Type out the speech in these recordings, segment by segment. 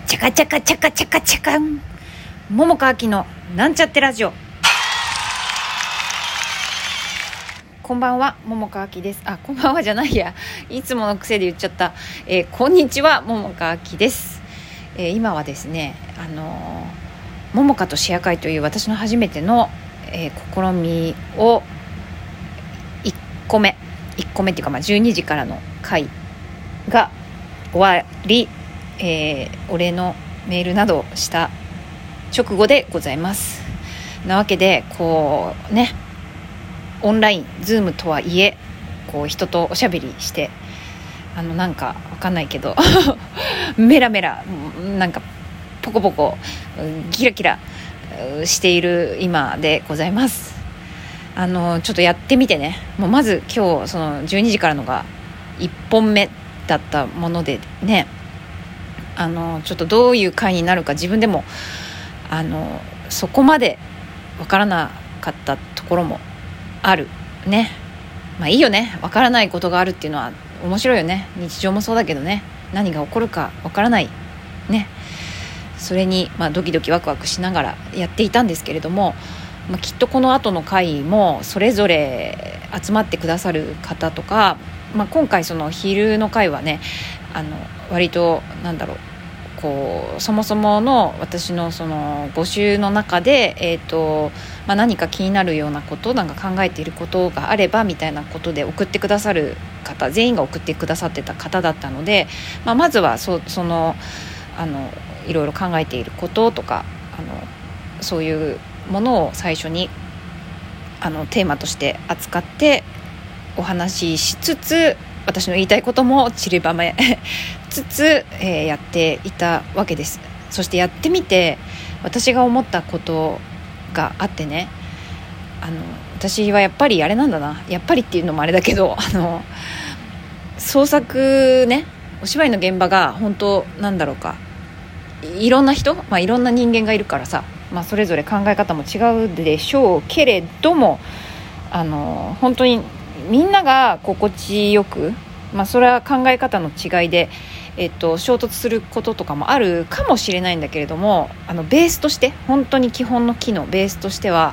チャカチャカチャカチャカチャカン、桃川きのなんちゃってラジオ。こんばんは、桃川きです。こんばんはじゃないや、いつもの癖で言っちゃった。こんにちは、桃川きです。今はですね、桃川とシェア会という私の初めての、試みを1個目っていうか、12時からの会が終わり、お礼のメールなどをした直後でございます。なわけで、こうね、オンラインズームとはいえ、こう人とおしゃべりして、なんかわかんないけどメラメラなんかポコポコキラキラしている今でございます。ちょっとやってみてね、もうまず今日その12時からのが1本目だったものでね、ちょっとどういう回になるか自分でもそこまでわからなかったところもあるね。いいよね、わからないことがあるっていうのは面白いよね。日常もそうだけどね、何が起こるかわからないね。それにドキドキワクワクしながらやっていたんですけれども、きっとこの後の回もそれぞれ集まってくださる方とか、今回その昼の回はね、割とこうそもそもの私のその募集の中で、何か気になるようなこと、なんか考えていることがあればみたいなことで送ってくださる方、全員が送ってくださってた方だったので、まずはそのいろいろ考えていることとか、そういうものを最初にテーマとして扱ってお話ししつつ、私の言いたいことも散りばめつつ、やっていたわけです。そしてやってみて私が思ったことがあってね、私はやっぱりあれなんだな、やっぱりっていうのもあれだけど、創作ね、お芝居の現場が本当いろんな人、いろんな人間がいるからさ、それぞれ考え方も違うでしょうけれども、本当にみんなが心地よく、それは考え方の違いで、衝突することとかもあるかもしれないんだけれども、ベースとして、本当に基本の木のベースとしては、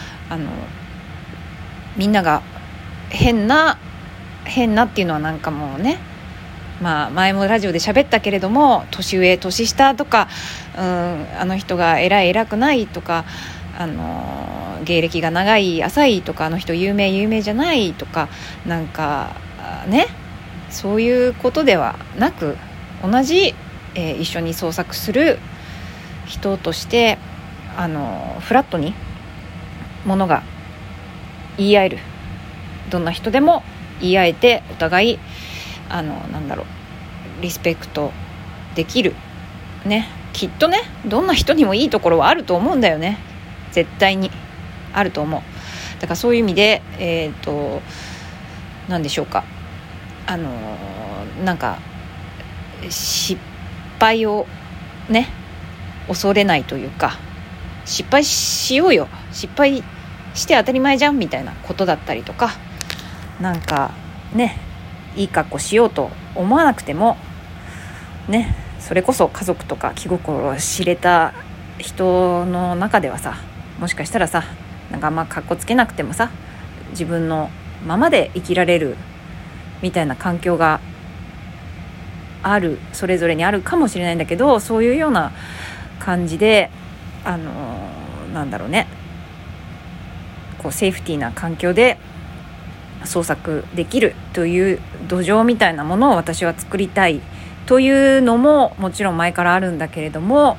みんなが変なっていうのはなんかもうね、前もラジオで喋ったけれども、年上年下とか、あの人が偉くないとか、芸歴が長い浅いとか、あの人有名じゃないとか、なんかね、そういうことではなく、同じ、一緒に創作する人として、フラットにものが言い合える、どんな人でも言い合えて、お互いリスペクトできるね。きっとね、どんな人にもいいところはあると思うんだよね。絶対にあると思う。だからそういう意味で、何でしょうか、失敗をね、恐れないというか、失敗しようよ、失敗して当たり前じゃんみたいなことだったりとか、いい格好しようと思わなくてもね、それこそ家族とか気心を知れた人の中ではさ、もしかしたらさ、格好つけなくてもさ、自分のままで生きられるみたいな環境がある、それぞれにあるかもしれないんだけど、そういうような感じでこうセーフティーな環境で創作できるという土壌みたいなものを私は作りたいというのももちろん前からあるんだけれども、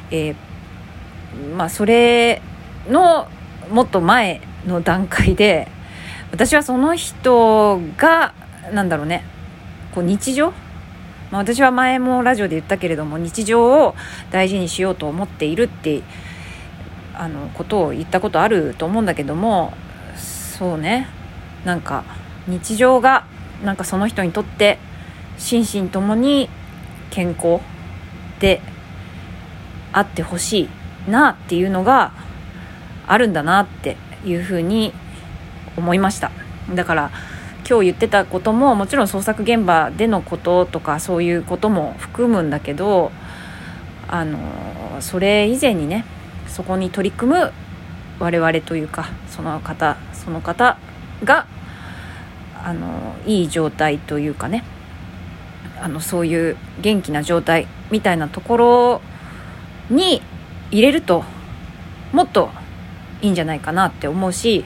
それのもっと前の段階で、私はその人がこう日常、私は前もラジオで言ったけれども、日常を大事にしようと思っているってことを言ったことあると思うんだけども、そうね、日常がその人にとって心身ともに健康であってほしいなっていうのがあるんだなっていうふうに思いました。だから今日言ってたことももちろん創作現場でのこととか、そういうことも含むんだけど、 それ以前にね、そこに取り組む我々というか、その方がいい状態というかね、そういう元気な状態みたいなところに入れるともっといいんじゃないかなって思うし、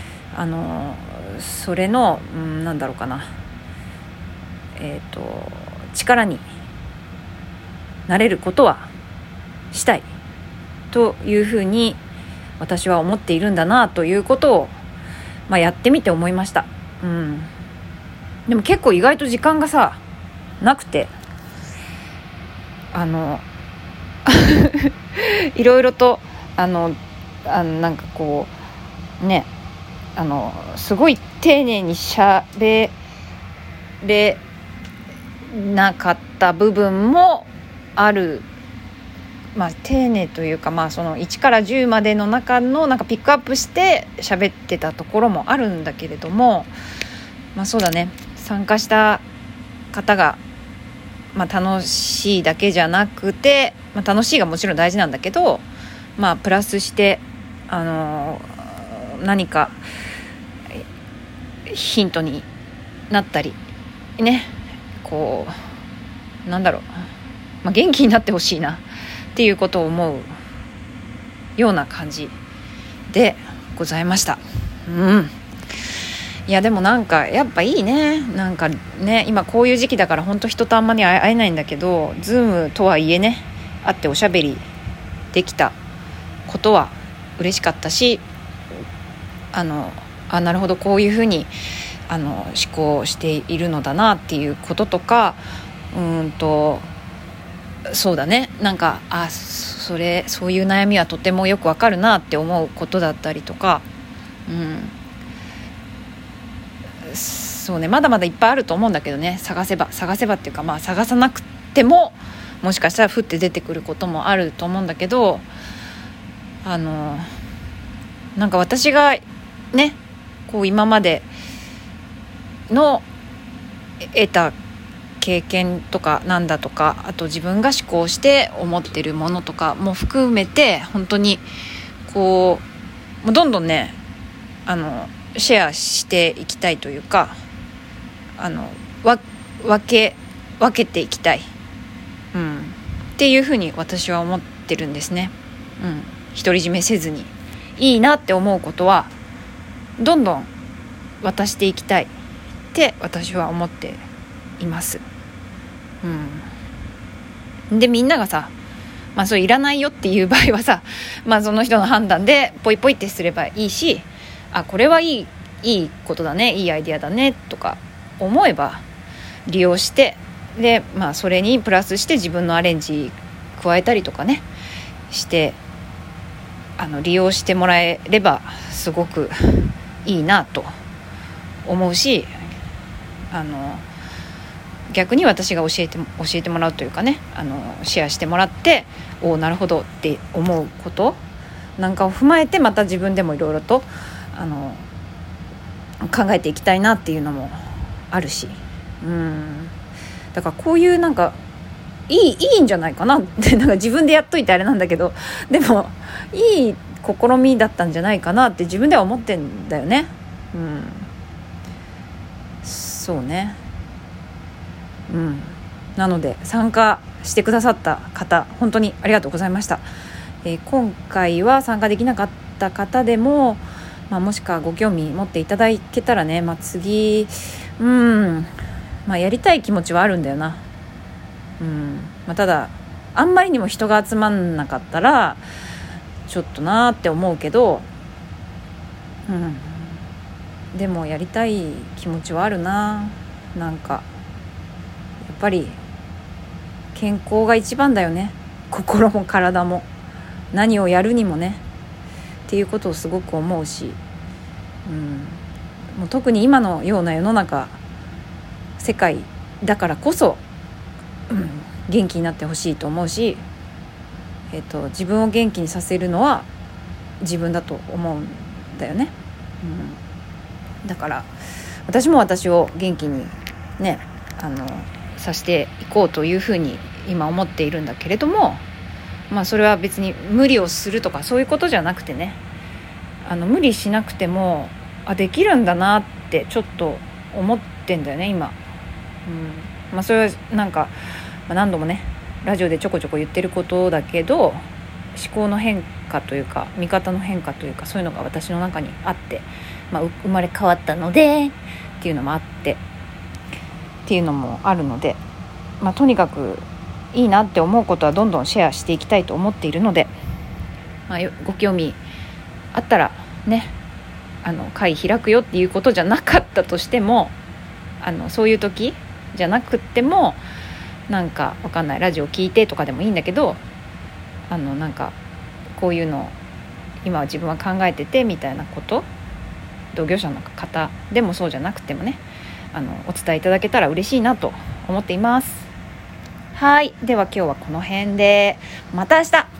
それの、なんだろうかな、力になれることはしたいというふうに私は思っているんだなということを、やってみて思いました。でも結構意外と時間がさなくて、いろいろとなんかこうね、すごい丁寧にしゃべれなかった部分もある。丁寧というか、その1から10までの中のなんかピックアップして喋ってたところもあるんだけれども、そうだね、参加した方が、楽しいだけじゃなくて、楽しいがもちろん大事なんだけど、プラスして何かヒントになったりね、こうなんだろう、元気になってほしいなっていうことを思うような感じでございました。いやでもなんかやっぱいいね、なんかね、今こういう時期だから本当人とあんまり会えないんだけど、ズームとはいえね、会っておしゃべりできたことは嬉しかったし、なるほど、こういうふうに思考しているのだなっていうこととか、そうだね、なんかそういう悩みはとてもよくわかるなって思うことだったりとか、そうね、まだまだいっぱいあると思うんだけどね、探せばっていうか、探さなくてももしかしたら降って出てくることもあると思うんだけど、なんか私がね、こう今までの得た経験とかなんだとか、あと自分が思考して思ってるものとかも含めて、本当にこうどんどんねシェアしていきたいというか、分けていきたい、っていうふうに私は思ってるんですね。独り占めせずにいいなって思うことはどんどん渡していきたいって私は思っています。でみんながさ、それいらないよっていう場合はさ、その人の判断でポイポイってすればいいし、これはいいことだね、いいアイデアだねとか思えば利用して、でそれにプラスして自分のアレンジ加えたりとかねして利用してもらえればすごくいいなと思うし、逆に私が教えてもらうというかね、シェアしてもらって、なるほどって思うことなんかを踏まえて、また自分でもいろいろと考えていきたいなっていうのもあるし、だからこういうなんかいいんじゃないかなってなんか自分でやっといてあれなんだけど、でもいい試みだったんじゃないかなって自分では思ってんだよね。そうね。なので参加してくださった方本当にありがとうございました。今回は参加できなかった方でも、もしくはご興味持っていただけたらね、次やりたい気持ちはあるんだよな。ただあんまりにも人が集まんなかったらちょっとなーって思うけど、でもやりたい気持ちはあるな。なんかやっぱり健康が一番だよね。心も体も何をやるにもねっていうことをすごく思うし、もう特に今のような世の中世界だからこそ、元気になってほしいと思うし、自分を元気にさせるのは自分だと思うんだよね。だから私も私を元気にねさせていこうというふうに今思っているんだけれども、 それは別に無理をするとかそういうことじゃなくてね、無理しなくてもできるんだなってちょっと思ってんだよね今。それはなんか、何度もねラジオでちょこちょこ言ってることだけど、思考の変化というか見方の変化というか、そういうのが私の中にあって、生まれ変わったのでっていうのもあってっていうのもあるので、とにかくいいなって思うことはどんどんシェアしていきたいと思っているので、ご興味あったらね、会開くよっていうことじゃなかったとしても、そういう時じゃなくってもなんかわかんないラジオ聞いてとかでもいいんだけど、なんかこういうの今は自分は考えててみたいなこと、同業者の方でもそうじゃなくてもね、お伝えいただけたら嬉しいなと思っています。はい、では今日はこの辺で、また明日。